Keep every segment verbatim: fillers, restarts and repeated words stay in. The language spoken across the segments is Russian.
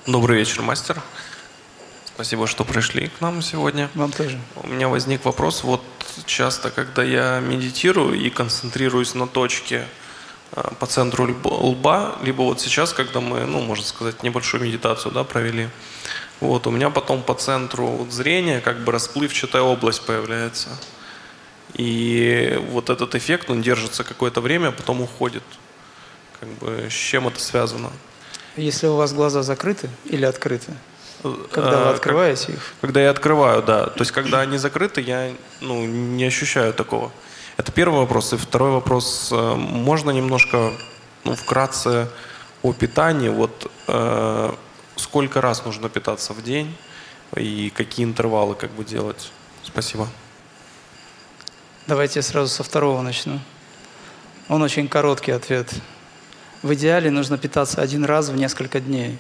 Добрый вечер, мастер. Спасибо, что пришли к нам сегодня. Вам тоже. У меня возник вопрос. Вот часто, когда я медитирую и концентрируюсь на точке по центру лба, либо вот сейчас, когда мы, ну, можно сказать, небольшую медитацию, да, провели, вот, у меня потом по центру вот зрения как бы расплывчатая область появляется. И вот этот эффект, он держится какое-то время, а потом уходит. Как бы с чем это связано? Если у вас глаза закрыты или открыты? Когда вы открываете их? Когда я открываю, да. То есть, когда они закрыты, я ну, не ощущаю такого. Это первый вопрос. И второй вопрос. Можно немножко ну, вкратце о питании? Вот э, сколько раз нужно питаться в день и какие интервалы как бы делать? Спасибо. Давайте я сразу со второго начну. Он очень короткий ответ. В идеале нужно питаться один раз в несколько дней.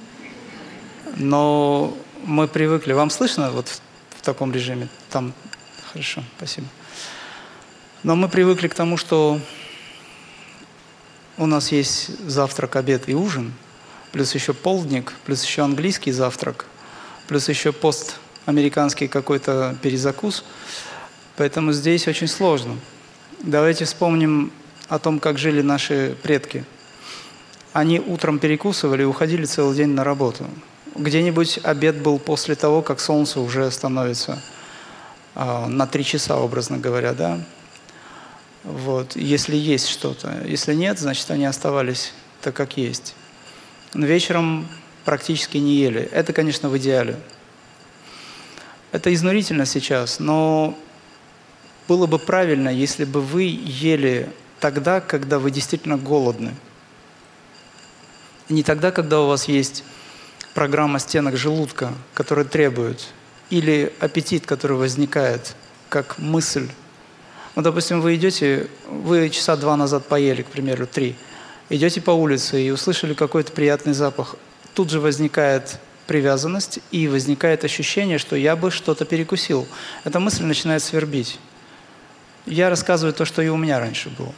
Но мы привыкли. Вам слышно вот в, в таком режиме? Там хорошо, спасибо. Но мы привыкли к тому, что у нас есть завтрак, обед и ужин, плюс еще полдник, плюс еще английский завтрак, плюс еще постамериканский какой-то перезакус. Поэтому здесь очень сложно. Давайте вспомним о том, как жили наши предки. Они утром перекусывали и уходили целый день на работу. Где-нибудь обед был после того, как солнце уже становится э, на три часа, образно говоря, да? Вот, если есть что-то. Если нет, значит, они оставались так, как есть. Но вечером практически не ели. Это, конечно, в идеале. Это изнурительно сейчас, но было бы правильно, если бы вы ели тогда, когда вы действительно голодны. Не тогда, когда у вас есть программа стенок желудка, которая требует, или аппетит, который возникает, как мысль. Ну, допустим, вы идете, вы часа два назад поели, к примеру, три, идете по улице и услышали какой-то приятный запах. Тут же возникает привязанность и возникает ощущение, что я бы что-то перекусил. Эта мысль начинает свербить. Я рассказываю то, что и у меня раньше было.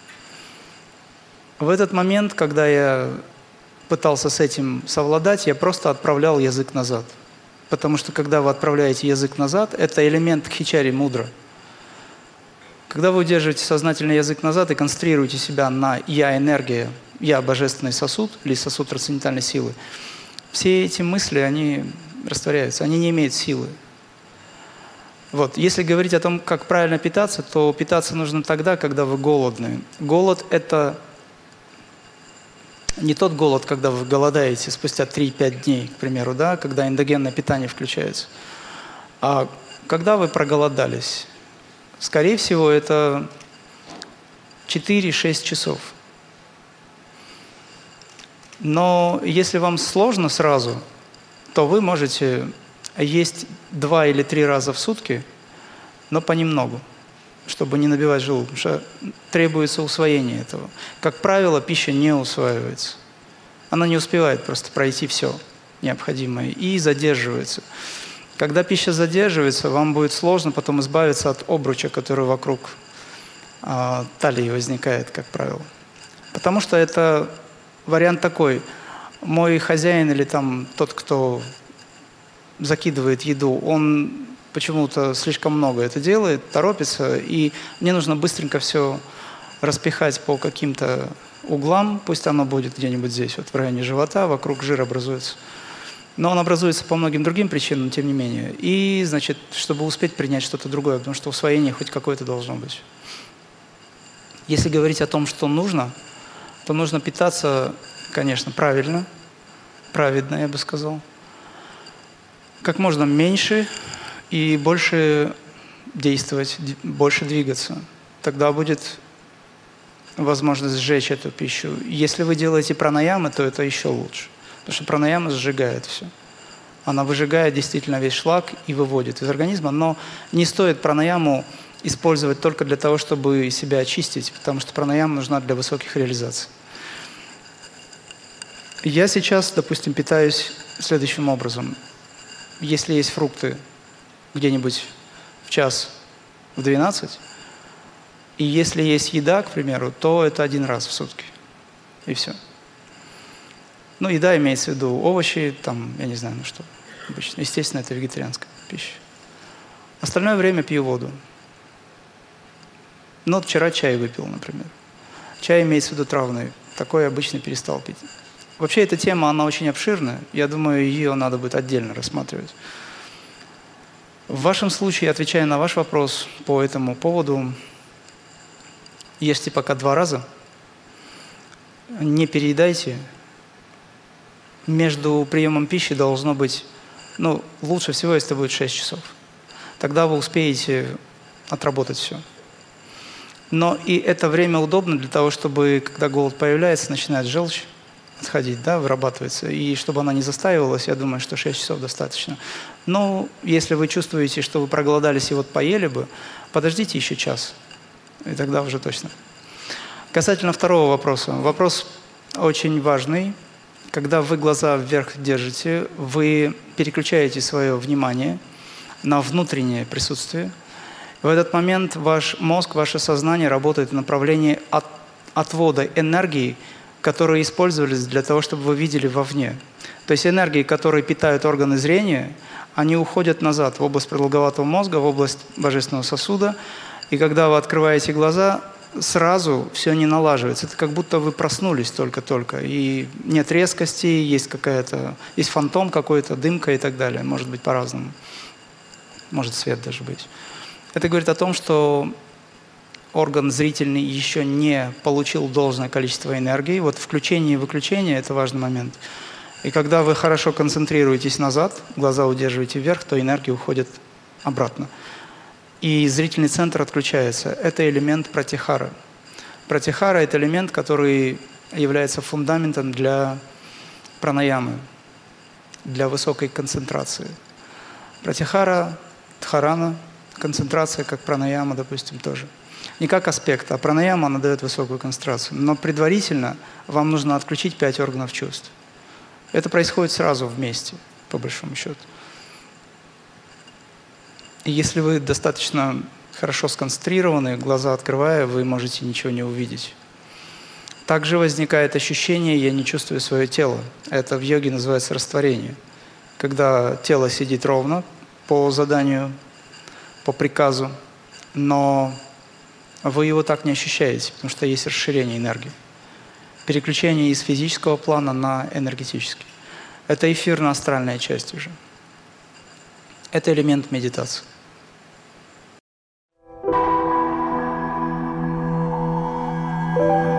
В этот момент, когда я пытался с этим совладать, я просто отправлял язык назад. Потому что когда вы отправляете язык назад, это элемент хичари мудра. Когда вы удерживаете сознательный язык назад и концентрируете себя на «я-энергия», «я» – божественный сосуд или сосуд трансцендентальной силы, все эти мысли, они растворяются, они не имеют силы. Вот. Если говорить о том, как правильно питаться, то питаться нужно тогда, когда вы голодны. Голод – это не тот голод, когда вы голодаете спустя три-пять дней, к примеру, да, когда эндогенное питание включается. А когда вы проголодались, скорее всего, это четыре-шесть часов. Но если вам сложно сразу, то вы можете есть два или три раза в сутки, но понемногу, чтобы не набивать желудок, потому что требуется усвоение этого. Как правило, пища не усваивается. Она не успевает просто пройти все необходимое и задерживается. Когда пища задерживается, вам будет сложно потом избавиться от обруча, который вокруг э, талии возникает, как правило. Потому что это вариант такой. Мой хозяин или там тот, кто закидывает еду, он почему-то слишком много это делает, торопится, и мне нужно быстренько все распихать по каким-то углам, пусть оно будет где-нибудь здесь, вот в районе живота, вокруг жир образуется. Но он образуется по многим другим причинам, тем не менее. И, значит, чтобы успеть принять что-то другое, потому что усвоение хоть какое-то должно быть. Если говорить о том, что нужно, то нужно питаться, конечно, правильно, праведно, я бы сказал. Как можно меньше и больше действовать, больше двигаться. Тогда будет возможность сжечь эту пищу. Если вы делаете пранаямы, то это еще лучше. Потому что пранаяма сжигает все. Она выжигает действительно весь шлак и выводит из организма. Но не стоит пранаяму использовать только для того, чтобы себя очистить, потому что пранаяма нужна для высоких реализаций. Я сейчас, допустим, питаюсь следующим образом. Если есть фрукты где-нибудь в час, в двенадцать, и если есть еда, к примеру, то это один раз в сутки. И все. Ну, еда имеется в виду овощи, там, я не знаю, ну что обычно. Естественно, это вегетарианская пища. Остальное время пью воду. Ну, вот вчера чай выпил, например. Чай имеется в виду травный. Такой обычно перестал пить. Вообще, эта тема, она очень обширная. Я думаю, ее надо будет отдельно рассматривать. В вашем случае, отвечая на ваш вопрос по этому поводу, ешьте пока два раза, не переедайте. Между приемом пищи должно быть, ну, лучше всего, если это будет шесть часов. Тогда вы успеете отработать все. Но и это время удобно для того, чтобы, когда голод появляется, начинает желчь отходить, да, вырабатывается. И чтобы она не застаивалась, я думаю, что шесть часов достаточно. Но если вы чувствуете, что вы проголодались и вот поели бы, подождите еще час, и тогда уже точно. Касательно второго вопроса. Вопрос очень важный. Когда вы глаза вверх держите, вы переключаете свое внимание на внутреннее присутствие. В этот момент ваш мозг, ваше сознание работает в направлении от, отвода энергии, которые использовались для того, чтобы вы видели вовне. То есть энергии, которые питают органы зрения, они уходят назад в область продолговатого мозга, в область божественного сосуда. И когда вы открываете глаза, сразу все не налаживается. Это как будто вы проснулись только-только. И нет резкости, есть какая-то, есть фантом какой-то, дымка и так далее. Может быть по-разному. Может свет даже быть. Это говорит о том, что орган зрительный еще не получил должное количество энергии. Вот включение и выключение – это важный момент. И когда вы хорошо концентрируетесь назад, глаза удерживаете вверх, то энергия уходит обратно. И зрительный центр отключается. Это элемент пратихара. Пратихара – это элемент, который является фундаментом для пранаямы, для высокой концентрации. Пратихара, дхарана, концентрация, как пранаяма, допустим, тоже. Не как аспект, а пранаяма, она дает высокую концентрацию. Но предварительно вам нужно отключить пять органов чувств. Это происходит сразу вместе, по большому счету. И если вы достаточно хорошо сконцентрированы, глаза открывая, вы можете ничего не увидеть. Также возникает ощущение «я не чувствую свое тело». Это в йоге называется растворение. Когда тело сидит ровно по заданию, по приказу, но вы его так не ощущаете, потому что есть расширение энергии. Переключение из физического плана на энергетический. Это эфирно-астральная часть уже. Это элемент медитации. Thank you.